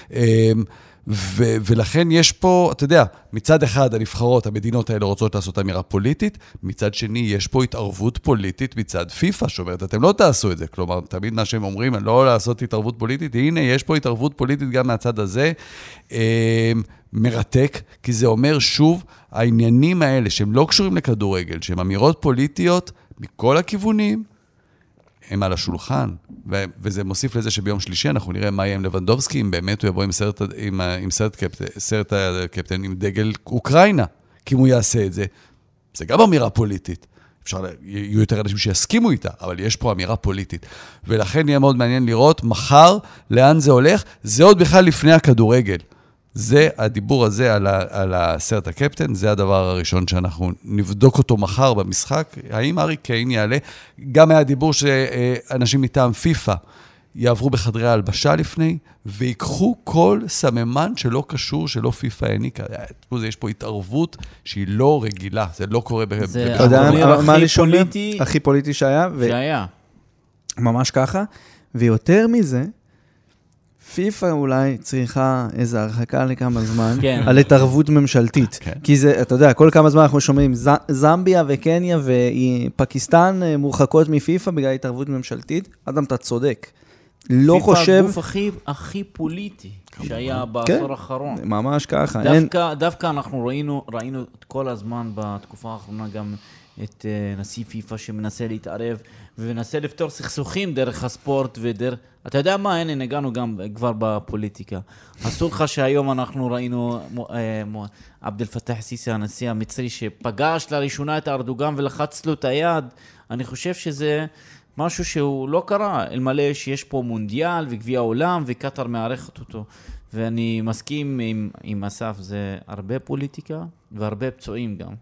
ו- ולכן יש פה, אתה יודע, מצד אחד הנבחרות, המדינות האלה רוצות לעשות אמירה פוליטית, מצד שני יש פה התערבות פוליטית מצד פיפה, שאומרת, אתם לא תעשו את זה, כלומר, תמיד מה שהם אומרים, לא לעשות התערבות פוליטית, הנה, יש פה התערבות פוליטית גם מהצד הזה, אה, מרתק, כי זה אומר שוב, העניינים האלה שהם לא קשורים לכדורגל, שהם אמירות פוליטיות מכל הכיוונים, הם על השולחן, ו- וזה מוסיף לזה שביום שלישי אנחנו נראה מה יהיה עם לבנדובסקי, אם באמת הוא יבוא עם סרט, עם, עם סרט, קפטן, סרט הקפטן עם דגל אוקראינה, כי אם הוא יעשה את זה, זה גם אמירה פוליטית. אפשר, יהיו יותר אנשים שיסכימו איתה, אבל יש פה אמירה פוליטית. ולכן יהיה מאוד מעניין לראות מחר לאן זה הולך, זה עוד בכלל לפני הכדורגל. זה הדיבור הזה על, ה, על הסרט הקפטן, זה הדבר הראשון שאנחנו נבדוק אותו מחר במשחק. האם ארי קיין יעלה? גם היה דיבור שאנשים מטעם פיפה יעברו בחדרי ההלבשה לפני, ויקחו כל סממן שלא קשור, שלא פיפה העניקה. יש פה התערבות שהיא לא רגילה, זה לא קורה. זה הכי פוליטי. הכי פוליטי שהיה. שהיה. ממש ככה. ויותר מזה, פיפה אולי צריכה איזו הרחקה לכמה זמן על התערבות ממשלתית. כי זה, אתה יודע, כל כמה זמן אנחנו שומעים, זמביה וקניה ופקיסטן מורחקות מפיפה בגלל התערבות ממשלתית. אדם, אתה צודק. לא חושב... פיפה הגוף הכי, הכי פוליטי שהיה בעשור האחרון. ממש ככה. דווקא, דווקא אנחנו ראינו, ראינו כל הזמן בתקופה האחרונה גם את נשיא פיפה שמנסה להתערב ומנסה לפתור סכסוכים דרך הספורט ודרך... אתה יודע מה? הנה, נגענו גם כבר בפוליטיקה. אסור לך שהיום אנחנו ראינו עבד אל פתח סיסי, הנשיא המצרי, שפגש לראשונה את ארדוגן ולחץ לו את היד. אני חושב שזה משהו שהוא לא קרה, אלמלא שיש פה מונדיאל וגביע העולם וקטר מערכת אותו. ואני מסכים עם, עם אסף, זה הרבה פוליטיקה והרבה פצועים גם.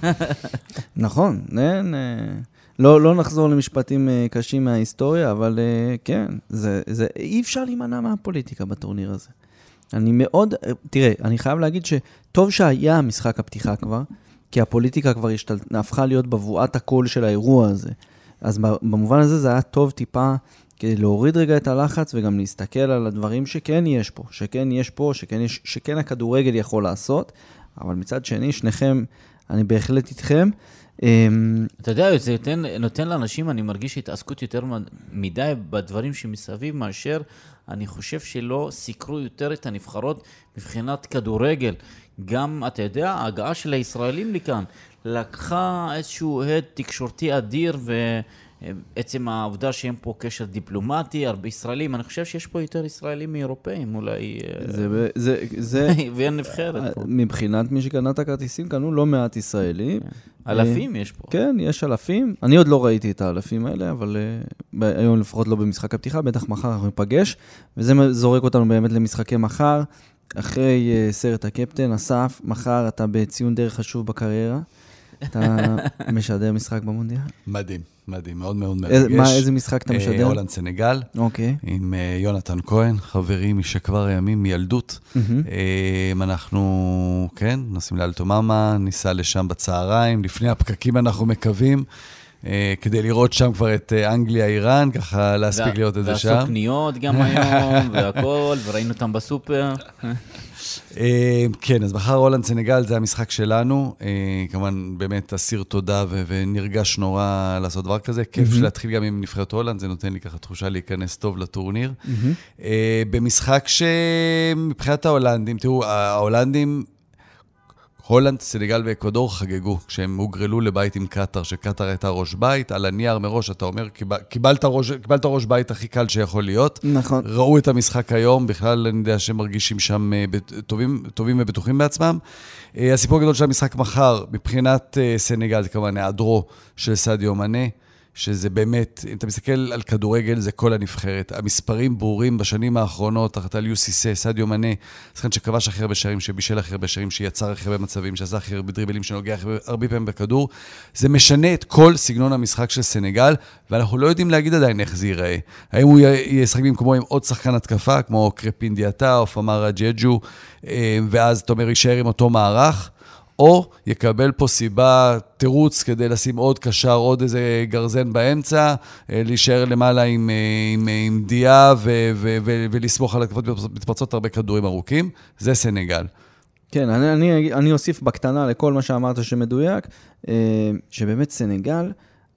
נכון, נהן... לא, לא נחזור למשפטים קשים מההיסטוריה, אבל כן, זה, זה, אי אפשר להימנע מהפוליטיקה בטורניר הזה. אני מאוד, תראה, אני חייב להגיד שטוב שהיה משחק הפתיחה כבר, כי הפוליטיקה כבר השתל... הפכה להיות בבואת הקול של האירוע הזה. אז במובן הזה זה היה טוב טיפה, כדי להוריד רגע את הלחץ, וגם להסתכל על הדברים שכן יש פה, שכן יש פה, שכן, יש... שכן הכדורגל יכול לעשות, אבל מצד שני, שניכם, אני בהחלט איתכם. אתה יודע, זה נותן, נותן לאנשים, אני מרגיש התעסקות יותר מדי בדברים שמסביב, מאשר אני חושב שלא סיקרו יותר את הנבחרות מבחינת כדורגל. גם, אתה יודע, ההגעה של הישראלים לכאן, לקחה איזשהו הד תקשורתי אדיר, ועצם העובדה שהם פה קשר דיפלומטי, הרבה ישראלים, אני חושב שיש פה יותר ישראלים מאירופאים, אולי... זה, זה, זה... ואין נבחרת פה. מבחינת מי שקנה את הכרטיסים, קנו לא מעט ישראלים. אלפים יש פה. כן, יש אלפים. אני עוד לא ראיתי את האלפים האלה, אבל היום לפחות לא במשחק הפתיחה, בטח מחר אנחנו ניפגש, וזה זורק אותנו באמת למשחקי מחר. אחרי סרט הקפטן, אסף, מחר אתה בציון דרך חשוב בקריירה. אתה משדר משחק במונדיאל? מדהים, מדהים, מאוד מאוד מרגש. מה, איזה משחק אתה משדר? הולנד סנגל, אוקיי. עם יונתן כהן, חברי משכבר הימים, מילדות. אנחנו, כן, נוסעים לאלטוממה, ניסע לשם בצהריים, לפני הפקקים אנחנו מקווים, כדי לראות שם כבר את אנגליה, איראן, ככה להספיק לראות את זה שם. ועשו קניות גם היום, והכל, וראינו אותם בסופר. כן, אז מחר הולנד סנגל זה המשחק שלנו, כמובן באמת אסיר תודה ונרגש נורא לעשות דבר כזה, כיף להתחיל גם עם נבחרת הולנד, זה נותן לי ככה תחושה להיכנס טוב לטורניר. במשחק שמבחינת ההולנדים, תראו, ההולנדים, הולנד, סנגל ואקוודור חגגו, כשהם הוגרלו לבית עם קטר, שקטר הייתה ראש בית, על הנייר מראש, אתה אומר, קיבלת ראש, קיבלת ראש בית הכי קל שיכול להיות. נכון. ראו את המשחק היום, בכלל אני יודע שהם מרגישים שם טובים, טובים ובטוחים בעצמם. הסיפור הגדול של המשחק מחר, מבחינת סנגל, זה כמובן היעדרו של סדיו מאנה, שזה באמת, אם אתה מסתכל על כדורגל, זה כל הנבחרת. המספרים ברורים בשנים האחרונות, תחת על יוסיסה, סדיו מאנה, שחקן שכבש הכי הרבה שערים, שבישל הכי הרבה שערים, שיצר הכי הרבה מצבים, שעשה הכי הרבה דריבלים, שנוגע הרבה פעמים בכדור. זה משנה את כל סגנון המשחק של סנגל, ואנחנו לא יודעים להגיד עדיין איך זה ייראה. האם הוא ישחק במקומו עם עוד שחקן התקפה, כמו קרפין דיאטה או פמרה ג'ג'ו, ואז אתה אומר, יישאר עם אותו מערך, או יקבל פה סיבה, תירוץ, כדי לשים עוד קשר, עוד איזה גרזן באמצע, להישאר למעלה עם, עם, עם דייה ו, ו, ו, ולסמוך על התקפות מתפרצות הרבה כדורים ארוכים. זה סנגל. כן, אני, אני, אני אוסיף בקטנה לכל מה שאמרת שמדויק, שבאמת סנגל,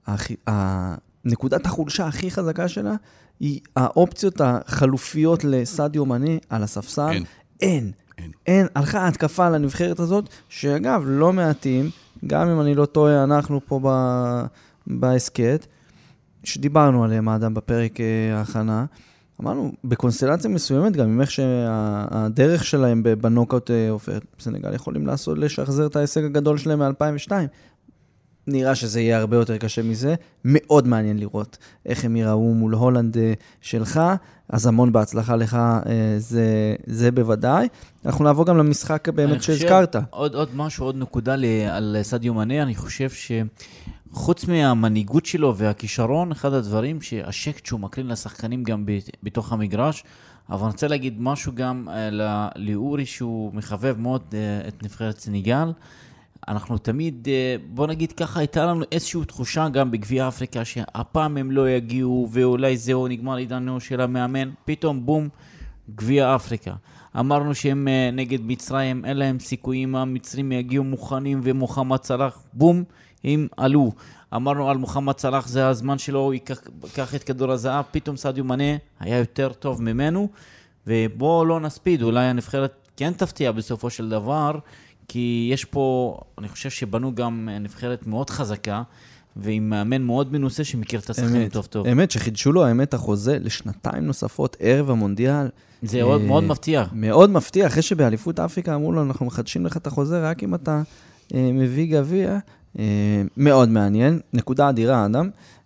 נקודת החולשה הכי חזקה שלה, היא האופציות החלופיות לסדיו מאנה על הספסל. אין. אין. אין. אין, הלכה התקפה לנבחרת הזאת, שאגב, לא מעטים, גם אם אני לא טועה, אנחנו פה ב... בעסקת, שדיברנו עליהם האדם בפרק ההכנה, אמרנו, בקונסטלציה מסוימת, גם עם איך שהדרך שלהם בנוקאוט הופעת, סנגל יכולים לעשות, לשחזר את ההישג הגדול שלהם מ-אלפיים ושתיים. נראה שזה יהיה הרבה יותר קשה מזה, מאוד מעניין לראות איך הם יראו מול הולנד שלך, אז המון בהצלחה לך, זה, זה בוודאי. אנחנו נעבור גם למשחק באמת שהזכרת. עוד, עוד משהו, עוד נקודה על סדיו מאנה, אני חושב שחוץ מהמנהיגות שלו והכישרון, אחד הדברים שהשקט שהוא מקרין לשחקנים גם בתוך המגרש, אבל אני רוצה להגיד משהו גם לאורי שהוא מחבב מאוד את נבחרת סנגל, אנחנו תמיד, בוא נגיד ככה, הייתה לנו איזושהי תחושה גם בגביע אפריקה, שהפעם הם לא יגיעו, ואולי זהו נגמר עידנו של המאמן, פתאום בום, גביע אפריקה. אמרנו שהם נגד מצרים, אין להם סיכויים, המצרים יגיעו מוכנים, ומוחמד סלאח, בום, הם עלו. אמרנו על מוחמד סלאח, זה הזמן שלו, הוא ייקח את כדור הזהב, פתאום סדיו מאנה היה יותר טוב ממנו, ובוא לא נספיד, אולי הנבחרת כן תפתיע בסופו של דבר, כי יש פה, אני חושב שבנו גם נבחרת מאוד חזקה, ועם מאמן מאוד מנוסה שמכיר את השחקנים טוב טוב. אמת, שחידשו לו האמת החוזה לשנתיים נוספות, ערב המונדיאל. זה מאוד מפתיע. מאוד מפתיע, אחרי שבאליפות אפריקה אמרו לו, אנחנו מחדשים לך את החוזה רק אם אתה מביא גביע. מאוד מעניין, נקודה אדירה, אדם.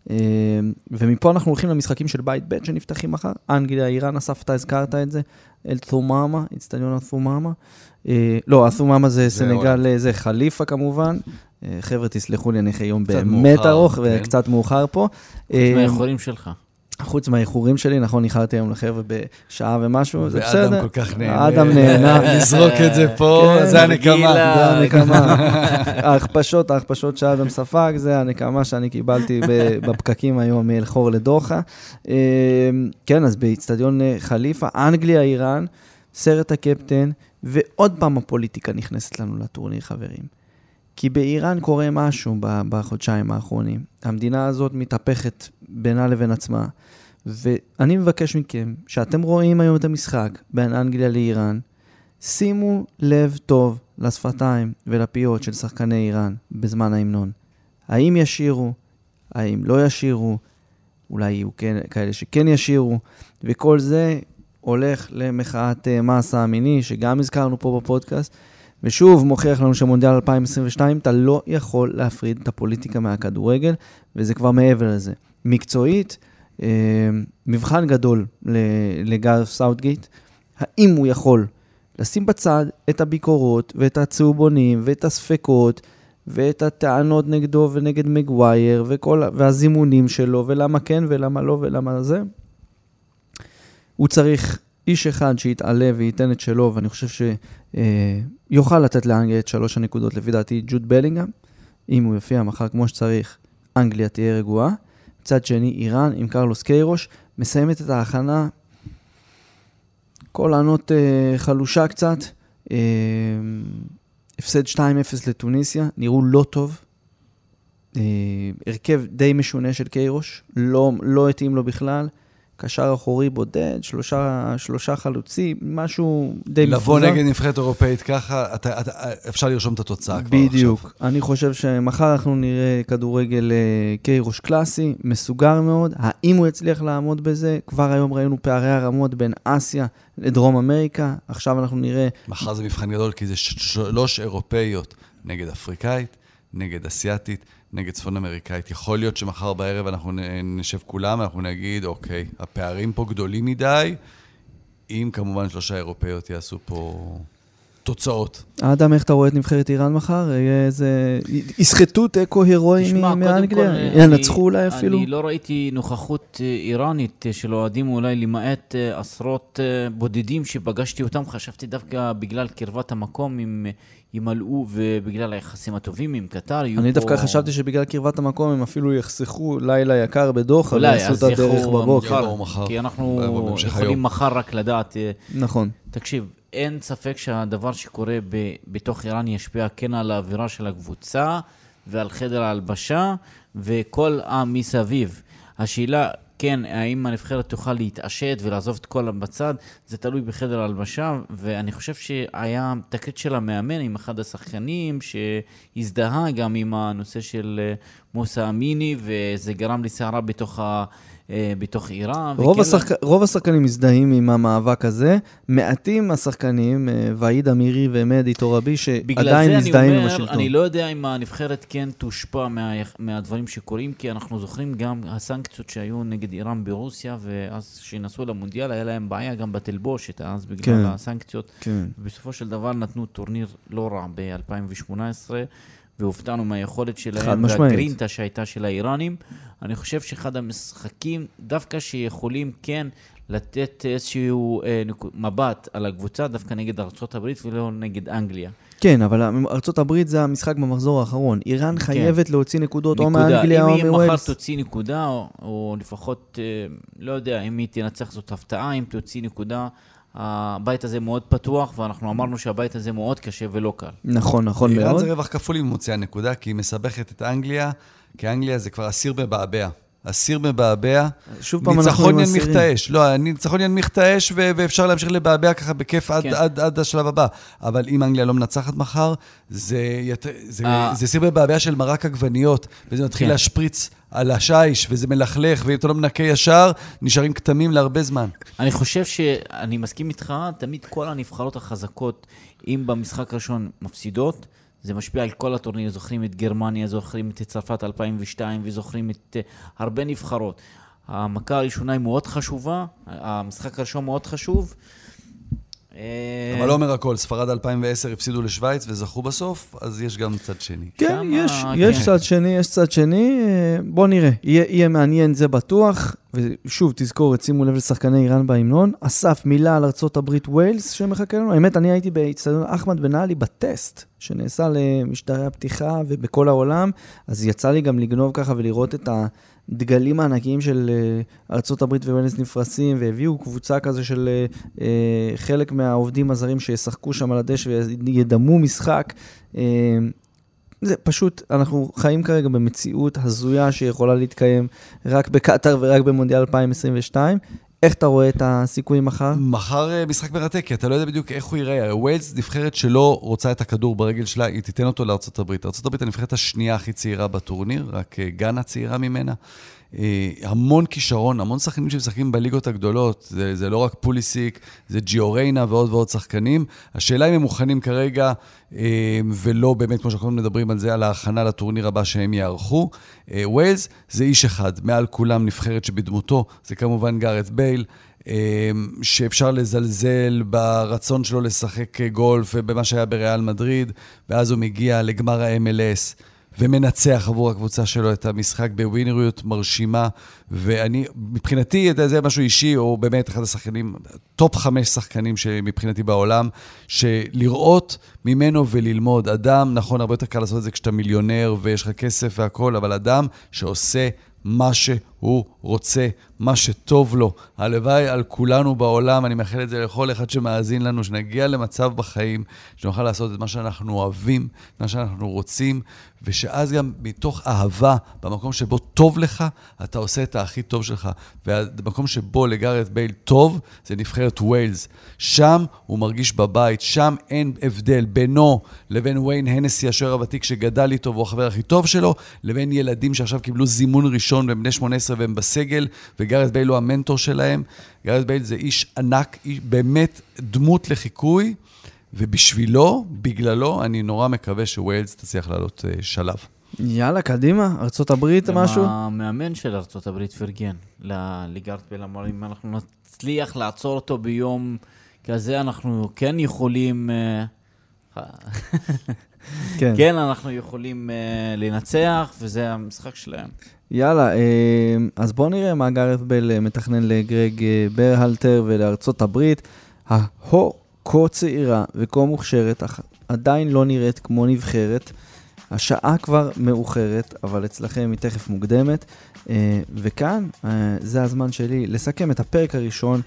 ומפה אנחנו הולכים למשחקים של בית ב' שנפתחים מחר. אנגליה, איראן, אספת, הזכרת את זה. אל ת'ומאמה, אצטדיון הת'ומאמה. לא, הת'ומאמה זה סנגל, זה חליפה כמובן. חבר'ה, תסלחו לי, אני אחרי יום באמת ארוך וקצת מאוחר פה. מהאחורים שלך. חוץ מהאיחורים שלי, נכון, ניחרתי היום לחבר'ה בשעה ומשהו, זה בסדר. ואדם כל כך נהנה. אדם נהנה. לזרוק את זה פה, זה הנקמה. זה הנקמה. ההכפשות, ההכפשות שהיה במספק, זה הנקמה שאני קיבלתי בפקקים היום מאלחור לדוחה. כן, אז באצטדיון חליפה, אנגליה, איראן, סרט הקפטן, ועוד פעם הפוליטיקה נכנסת לנו לטורניר, חברים. כי באיראן קורה משהו בחודשיים האחרונים. המדינה הזאת מתהפכת בינה לבין עצמה. ואני מבקש מכם, שאתם רואים היום את המשחק בין אנגליה לאיראן, שימו לב טוב לשפתיים ולפיות של שחקני איראן בזמן ההמנון. האם ישירו? האם לא ישירו? אולי יהיו כאלה שכן ישירו. וכל זה הולך למחאת מסע המיני, שגם הזכרנו פה בפודקאסט, ושוב מוכיח לנו שמונדיאל אלפיים עשרים ושתיים, אתה לא יכול להפריד את הפוליטיקה מהכדורגל, וזה כבר מעבר לזה. מקצועית, אה, מבחן גדול לגארת' סאות'גייט, האם הוא יכול לשים בצד את הביקורות, ואת הצהובונים, ואת הספקות, ואת הטענות נגדו ונגד מגווייר, וכל, והזימונים שלו, ולמה כן ולמה לא ולמה זה. הוא צריך איש אחד שיתעלה וייתן את שלו, ואני חושב שיוכל לתת לאנגליה את שלוש הנקודות, לפי דעתי ג'וד בלינגהאם, אם הוא יופיע מחר כמו שצריך, אנגליה תהיה רגועה. מצד שני, איראן עם קרלוס קיירוש, מסיימת את ההכנה, כל ענות חלושה קצת, הפסד שתיים אפס לטוניסיה, נראו לא טוב, הרכב די משונה של קיירוש, לא, לא התאים לו בכלל, קשר אחורי בודד, שלושה, שלושה חלוצים, משהו די מפוזר. לבוא נגד נבחרת אירופאית ככה, אתה, אתה, אפשר לרשום את התוצאה כבר עכשיו. בדיוק. אני חושב שמחר אנחנו נראה כדורגל קיירוש קלאסי, מסוגר מאוד. האם הוא יצליח לעמוד בזה? כבר היום ראינו פערי הרמות בין אסיה לדרום אמריקה. עכשיו אנחנו נראה... מחר זה מבחן גדול, כי זה שלוש אירופאיות נגד אפריקאית, נגד אסיאתית, נגד צפון אמריקאית. יכול להיות שמחר בערב אנחנו נשב כולם, אנחנו נגיד, אוקיי, הפערים פה גדולים מדי, אם כמובן שלושה אירופאיות יעשו פה תוצאות. אדם, איך אתה רואה את נבחרת איראן מחר? יהיה איזה... יסחטו תיקו הירואי מאנגליה? ינצחו אולי אפילו? אני לא ראיתי נוכחות איראנית של אוהדים, אולי למעט עשרות בודדים שפגשתי אותם. חשבתי דווקא בגלל קרבת המקום עם... ימלאו ובגלל היחסים הטובים עם קטר. אני דווקא חשבתי שבגלל קרבת המקום הם אפילו יחסכו לילה יקר בדוחה ויעשו את הדרך בבוקר. כי אנחנו יכולים מחר רק לדעת. נכון. תקשיב, אין ספק שהדבר שקורה בתוך איראן ישפיע כן על האווירה של הקבוצה ועל חדר ההלבשה וכל המסביב. השאלה... כן, האם הנבחרת תוכל להתעשת ולעזוב את כל בצד, זה תלוי בחדר הלבשה, ואני חושב שהיה תקרית של המאמן עם אחד השחקנים, שהזדהה גם עם הנושא של מוסא אמיני, וזה גרם לסערה בתוך ה... בתוך איראן. רוב, השחק... רוב השחקנים מזדהים עם המאבק הזה, מעטים השחקנים, ואיד אמירי ומדי תורבי, שעדיין מזדהים עם השלטון. אני לא יודע אם הנבחרת כן תושפע מה... מהדברים שקורים, כי אנחנו זוכרים גם הסנקציות שהיו נגד איראן ברוסיה, ואז שנסעו למונדיאל, היה להם בעיה גם בתלבושת, אז בגלל כן. הסנקציות. כן. ובסופו של דבר נתנו טורניר לא רע ב-אלפיים שמונה עשרה, והופתענו מהיכולת שלהם, והגרינטה שהייתה של האיראנים. אני חושב שאחד המשחקים, דווקא שיכולים כן לתת איזשהו אה, מבט על הקבוצה, דווקא נגד ארצות הברית ולא נגד אנגליה. כן, אבל ארצות הברית זה המשחק במחזור האחרון. איראן חייבת כן. להוציא נקודות נקודה. או מאנגליה או מווילס. אם היא מחר תוציא נקודה, או, או לפחות, אה, לא יודע, אם היא תנצח זאת הפתעה, אם תוציא נקודה, הבית הזה מאוד פתוח, ואנחנו אמרנו שהבית הזה מאוד קשה ולא קל. נכון, נכון מאוד. איראן זה רווח כפול אם מוציאה נקודה, כי היא מסבכת את אנגליה, כי אנגליה זה כבר אסיר בבעבע. אסיר בבעבע, ניצחון ינמיך את האש. לא, ניצחון ינמיך את האש, ואפשר להמשיך לבעבע ככה בכיף עד, עד, עד השלב הבא. אבל אם אנגליה לא מנצחת מחר, זה, זה, זה אסיר בבעבע של מרק עגבניות, וזה מתחיל להשפריץ על השיש, וזה מלכלך, ואם אתה לא מנקה ישר, נשארים כתמים להרבה זמן. אני חושב שאני מסכים איתך, תמיד כל הנבחרות החזקות, אם במשחק הראשון מפסידות, זה משפיע על כל הטורניר, זוכרים את גרמניה, זוכרים את צרפת אלפיים ושתיים, וזוכרים את uh, הרבה נבחרות. המכה הראשונה היא מאוד חשובה, המשחק הראשון מאוד חשוב, uh, אבל לא אומר הכל, ספרד אלפיים ועשר הפסידו לשוויץ וזכו בסוף, אז יש גם צד שני. כן, יש, יש צד שני, יש צד שני. בוא נראה, יהיה, יהיה מעניין זה בטוח. ושוב, תזכור, שימו לב לשחקני איראן בהמנון. אסף, מילה על ארצות הברית ווילס שמחכה לנו. האמת, אני הייתי באצטדיון אחמד בן עלי בטסט, שנעשה למשדרי הפתיחה ובכל העולם, אז יצא לי גם לגנוב ככה ולראות את הדגלים הענקיים של ארצות הברית וווילס נפרסים, והביאו קבוצה כזה של חלק מהעובדים הזרים שישחקו שם על הדשא וידמו משחק. זה פשוט, אנחנו חיים כרגע במציאות הזויה שיכולה להתקיים רק בקטר ורק במונדיאל אלפיים עשרים ושתיים. איך אתה רואה את הסיכויים מחר? מחר משחק מרתק, כי אתה לא יודע בדיוק איך הוא ייראה. ווילס נבחרת שלא רוצה את הכדור ברגל שלה, היא תיתן אותו לארצות הברית. ארצות הברית הנבחרת השנייה הכי צעירה בטורניר, רק גאנה צעירה ממנה. המון כישרון, המון שחקנים שמשחקים בליגות הגדולות, זה, זה לא רק פוליסיק, זה ג'יוריינה ועוד ועוד שחקנים. השאלה אם הם מוכנים כרגע, ולא באמת, כמו שאנחנו מדברים על זה, על ההכנה לטורניר הבא שהם יערכו. ווילס זה איש אחד, מעל כולם נבחרת שבדמותו, זה כמובן גארת בייל, שאפשר לזלזל ברצון שלו לשחק גולף במה שהיה בריאל מדריד, ואז הוא מגיע לגמר ה-אם אל אס, ומנצח עבור הקבוצה שלו את המשחק בווינריות מרשימה, ואני, מבחינתי, זה משהו אישי, או באמת אחד השחקנים, טופ חמש שחקנים שמבחינתי בעולם, שלראות ממנו וללמוד. אדם, נכון, הרבה יותר קל לעשות את זה כשאתה מיליונר ויש לך כסף והכל, אבל אדם שעושה מה שהוא רוצה, מה שטוב לו. הלוואי על כולנו בעולם, אני מאחל את זה לכל אחד שמאזין לנו, שנגיע למצב בחיים, שנוכל לעשות את מה שאנחנו אוהבים, מה שאנחנו רוצים, ושאז גם מתוך אהבה, במקום שבו טוב לך, אתה עושה את הכי טוב שלך. ובמקום שבו לגארת בייל טוב, זה נבחרת ווילס. שם הוא מרגיש בבית, שם אין הבדל בינו לבין וויין הנסי, השוער הוותיק שגדל איתו, והוא החבר הכי טוב שלו, לבין ילדים שעכשיו קיבלו זימון ראשון בבני שמונה עשרה והם בסגל, וגארת בייל הוא המנטור שלהם. גארת בייל זה איש ענק, איש, באמת דמות לחיקוי, ובשבילו, בגללו, אני נורא מקווה שווילס תצליח לעלות uh, שלב. יאללה, קדימה, ארצות הברית משהו? המאמן של ארצות הברית פרגן לגארת בייל, אמר, אם אנחנו נצליח לעצור אותו ביום כזה, אנחנו כן יכולים... כן. כן, אנחנו יכולים uh, לנצח, וזה המשחק שלהם. יאללה, אז בואו נראה מה גארת בייל מתכנן לגרג ברהלטר ולארצות הברית. ההו כה צעירה וכה מוכשרת, עדיין לא נראית כמו נבחרת. השעה כבר מאוחרת, אבל אצלכם היא תכף מוקדמת. וכאן, זה הזמן שלי לסכם את הפרק הראשון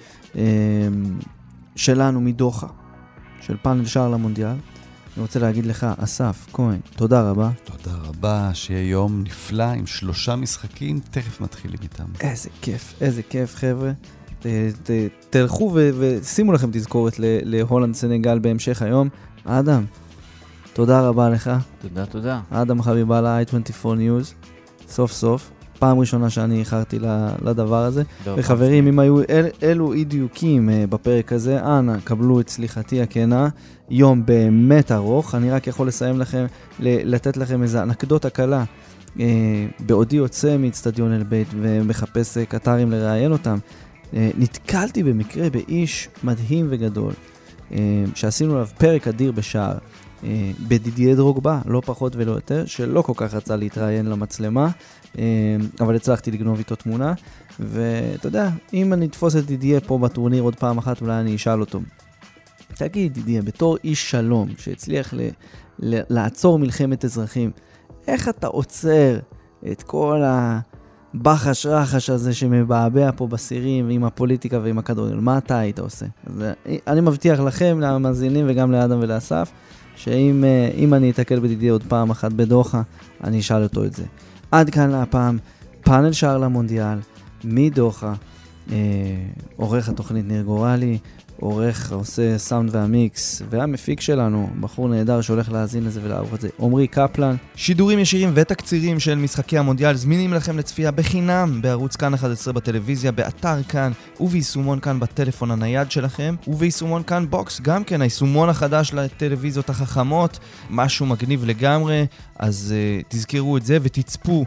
שלנו מדוחה, של פאנל שער למונדיאל. אני רוצה להגיד לך, אסף כהן, תודה רבה. תודה רבה, שיהיה יום נפלא עם שלושה משחקים, תכף מתחילים איתם. איזה כיף, איזה כיף, חבר'ה. ת, ת, תלכו ו, ושימו לכם תזכורת להולנד סנגל בהמשך היום. אדם, תודה רבה לך. תודה, תודה. אדם חביבאללה, איי עשרים וארבע News, סוף סוף. פעם ראשונה שאני איחרתי לדבר הזה. וחברים, אם היו אל, אלו אי דיוקים בפרק הזה, אנא, קבלו את סליחתי הכנה. יום באמת ארוך. אני רק יכול לסיים לכם, לתת לכם איזו אנקדוטה קלה. בעודי יוצא מאצטדיון אל בית ומחפש קטרים לראיין אותם. נתקלתי במקרה באיש מדהים וגדול, שעשינו עליו פרק אדיר בשער, בדידיה דרוגבה, לא פחות ולא יותר, שלא כל כך רצה להתראיין למצלמה, אבל הצלחתי לגנוב איתו תמונה, ואתה יודע, אם אני אתפוס את דידיה פה בטורניר עוד פעם אחת, אולי אני אשאל אותו, תגיד דידיה, בתור איש שלום, שהצליח ל- ל- לעצור מלחמת אזרחים, איך אתה עוצר את כל הבחש רחש הזה שמבעבע פה בסירים, עם הפוליטיקה ועם הכדורגל? מה אתה היית עושה? אז אני מבטיח לכם, למאזינים וגם לאדם ולאסף, שאם אם אני אתקל בדידיה עוד פעם אחת בדוחה, אני אשאל אותו את זה. עד כאן להפעם, פאנל שער למונדיאל, מדוחה, אה, עורך התוכנית ניר גורלי, עורך עושה סאונד והמיקס, והמפיק שלנו, בחור נהדר שהולך להאזין לזה ולערוך את זה, עומרי קפלן. שידורים ישירים ותקצירים של משחקי המונדיאל זמינים לכם לצפייה בחינם בערוץ כאן אחת עשרה בטלוויזיה, באתר כאן וביישומון כאן בטלפון הנייד שלכם, וביישומון כאן בוקס, גם כן היישומון החדש לטלוויזיות החכמות, משהו מגניב לגמרי, אז uh, תזכרו את זה ותצפו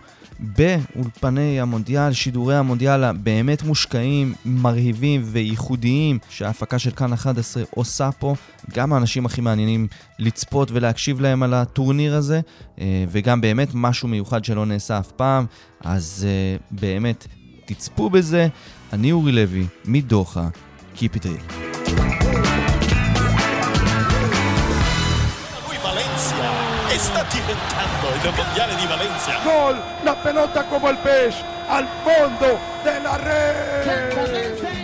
באולפני המונדיאל, שידורי המונדיאל הבאמת מושקעים, מרהיבים וייחודיים שההפקה של כאן אחת עשרה עושה פה. גם האנשים הכי מעניינים לצפות ולהקשיב להם על הטורניר הזה, וגם באמת משהו מיוחד שלא נעשה אף פעם, אז באמת תצפו בזה. אני אורי לוי, מדוחה, Keep it real. Sta diventando il mondiale di Valencia. Gol, la pelota como el pez al fondo de la red.